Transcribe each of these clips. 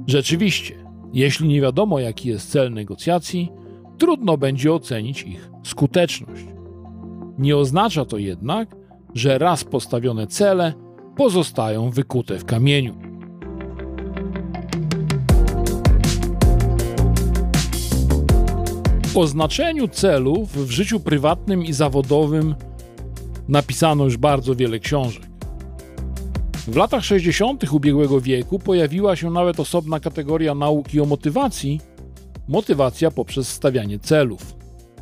Rzeczywiście, jeśli nie wiadomo, jaki jest cel negocjacji, trudno będzie ocenić ich skuteczność. Nie oznacza to jednak, że raz postawione cele pozostają wykute w kamieniu. O znaczeniu celów w życiu prywatnym i zawodowym napisano już bardzo wiele książek. W latach 60. ubiegłego wieku pojawiła się nawet osobna kategoria nauki o motywacji – motywacja poprzez stawianie celów.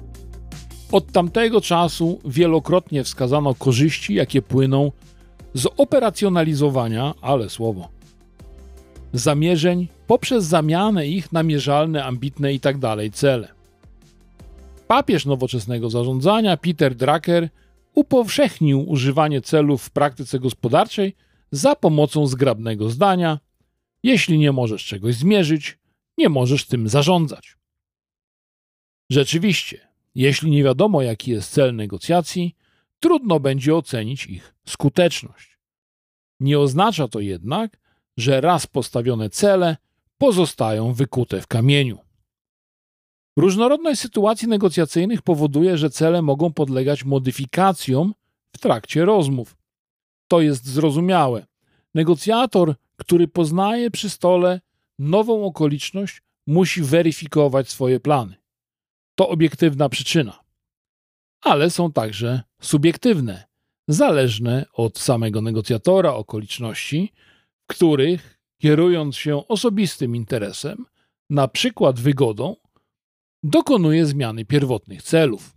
Od tamtego czasu wielokrotnie wskazano korzyści, jakie płyną z operacjonalizowania, ale słowo, zamierzeń poprzez zamianę ich na mierzalne, ambitne itd. cele. Papież nowoczesnego zarządzania Peter Drucker upowszechnił używanie celów w praktyce gospodarczej za pomocą zgrabnego zdania: jeśli nie możesz czegoś zmierzyć, nie możesz tym zarządzać. Rzeczywiście, jeśli nie wiadomo, jaki jest cel negocjacji, trudno będzie ocenić ich skuteczność. Nie oznacza to jednak, że raz postawione cele pozostają wykute w kamieniu. Różnorodność sytuacji negocjacyjnych powoduje, że cele mogą podlegać modyfikacjom w trakcie rozmów. To jest zrozumiałe. Negocjator, który poznaje przy stole nową okoliczność, musi weryfikować swoje plany. To obiektywna przyczyna. Ale są także subiektywne, zależne od samego negocjatora okoliczności, w których, kierując się osobistym interesem, na przykład wygodą, dokonuje zmiany pierwotnych celów.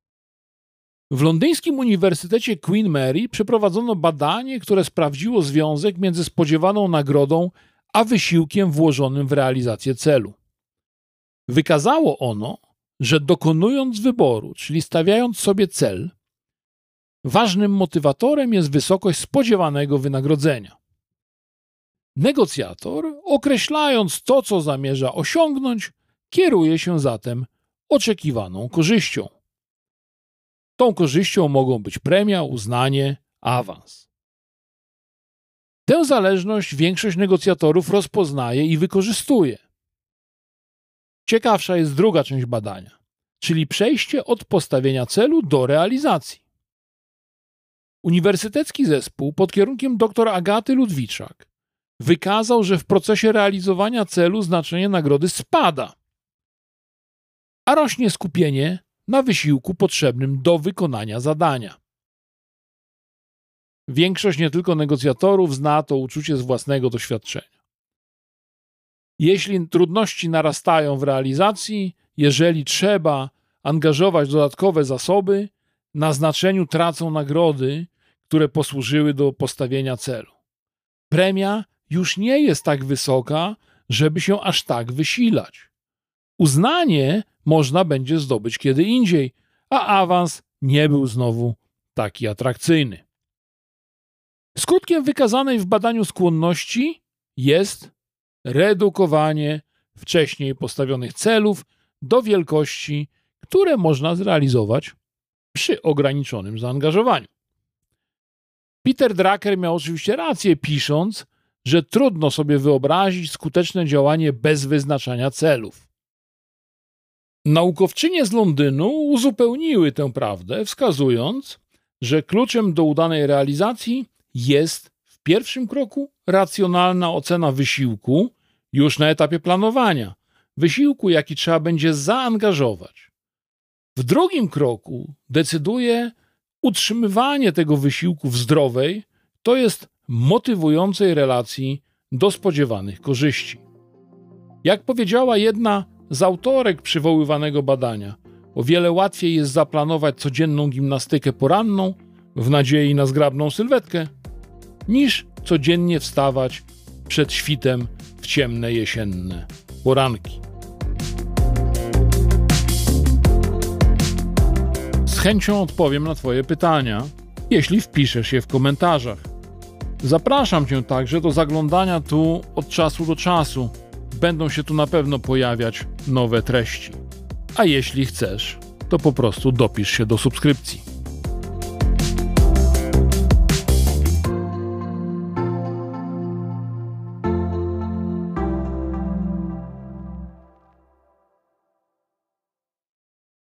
W londyńskim Uniwersytecie Queen Mary przeprowadzono badanie, które sprawdziło związek między spodziewaną nagrodą a wysiłkiem włożonym w realizację celu. Wykazało ono, że dokonując wyboru, czyli stawiając sobie cel, ważnym motywatorem jest wysokość spodziewanego wynagrodzenia. Negocjator, określając to, co zamierza osiągnąć, kieruje się zatem oczekiwaną korzyścią. Tą korzyścią mogą być premia, uznanie, awans. Tę zależność większość negocjatorów rozpoznaje i wykorzystuje. Ciekawsza jest druga część badania, czyli przejście od postawienia celu do realizacji. Uniwersytecki zespół pod kierunkiem dr Agaty Ludwiczak wykazał, że w procesie realizowania celu znaczenie nagrody spada, a rośnie skupienie na wysiłku potrzebnym do wykonania zadania. Większość nie tylko negocjatorów zna to uczucie z własnego doświadczenia. Jeśli trudności narastają w realizacji, jeżeli trzeba angażować dodatkowe zasoby, na znaczeniu tracą nagrody, które posłużyły do postawienia celu. Premia już nie jest tak wysoka, żeby się aż tak wysilać. Uznanie można będzie zdobyć kiedy indziej, a awans nie był znowu taki atrakcyjny. Skutkiem wykazanej w badaniu skłonności jest redukowanie wcześniej postawionych celów do wielkości, które można zrealizować przy ograniczonym zaangażowaniu. Peter Drucker miał oczywiście rację, pisząc, że trudno sobie wyobrazić skuteczne działanie bez wyznaczania celów. Naukowczynie z Londynu uzupełniły tę prawdę, wskazując, że kluczem do udanej realizacji jest w pierwszym kroku racjonalna ocena wysiłku już na etapie planowania, wysiłku, jaki trzeba będzie zaangażować. W drugim kroku decyduje utrzymywanie tego wysiłku w zdrowej, to jest motywującej relacji do spodziewanych korzyści. Jak powiedziała jedna z autorek przywoływanego badania, o wiele łatwiej jest zaplanować codzienną gimnastykę poranną w nadziei na zgrabną sylwetkę, niż codziennie wstawać przed świtem w ciemne jesienne poranki. Z chęcią odpowiem na Twoje pytania, jeśli wpiszesz je w komentarzach. Zapraszam Cię także do zaglądania tu od czasu do czasu. Będą się tu na pewno pojawiać nowe treści. A jeśli chcesz, to po prostu dopisz się do subskrypcji.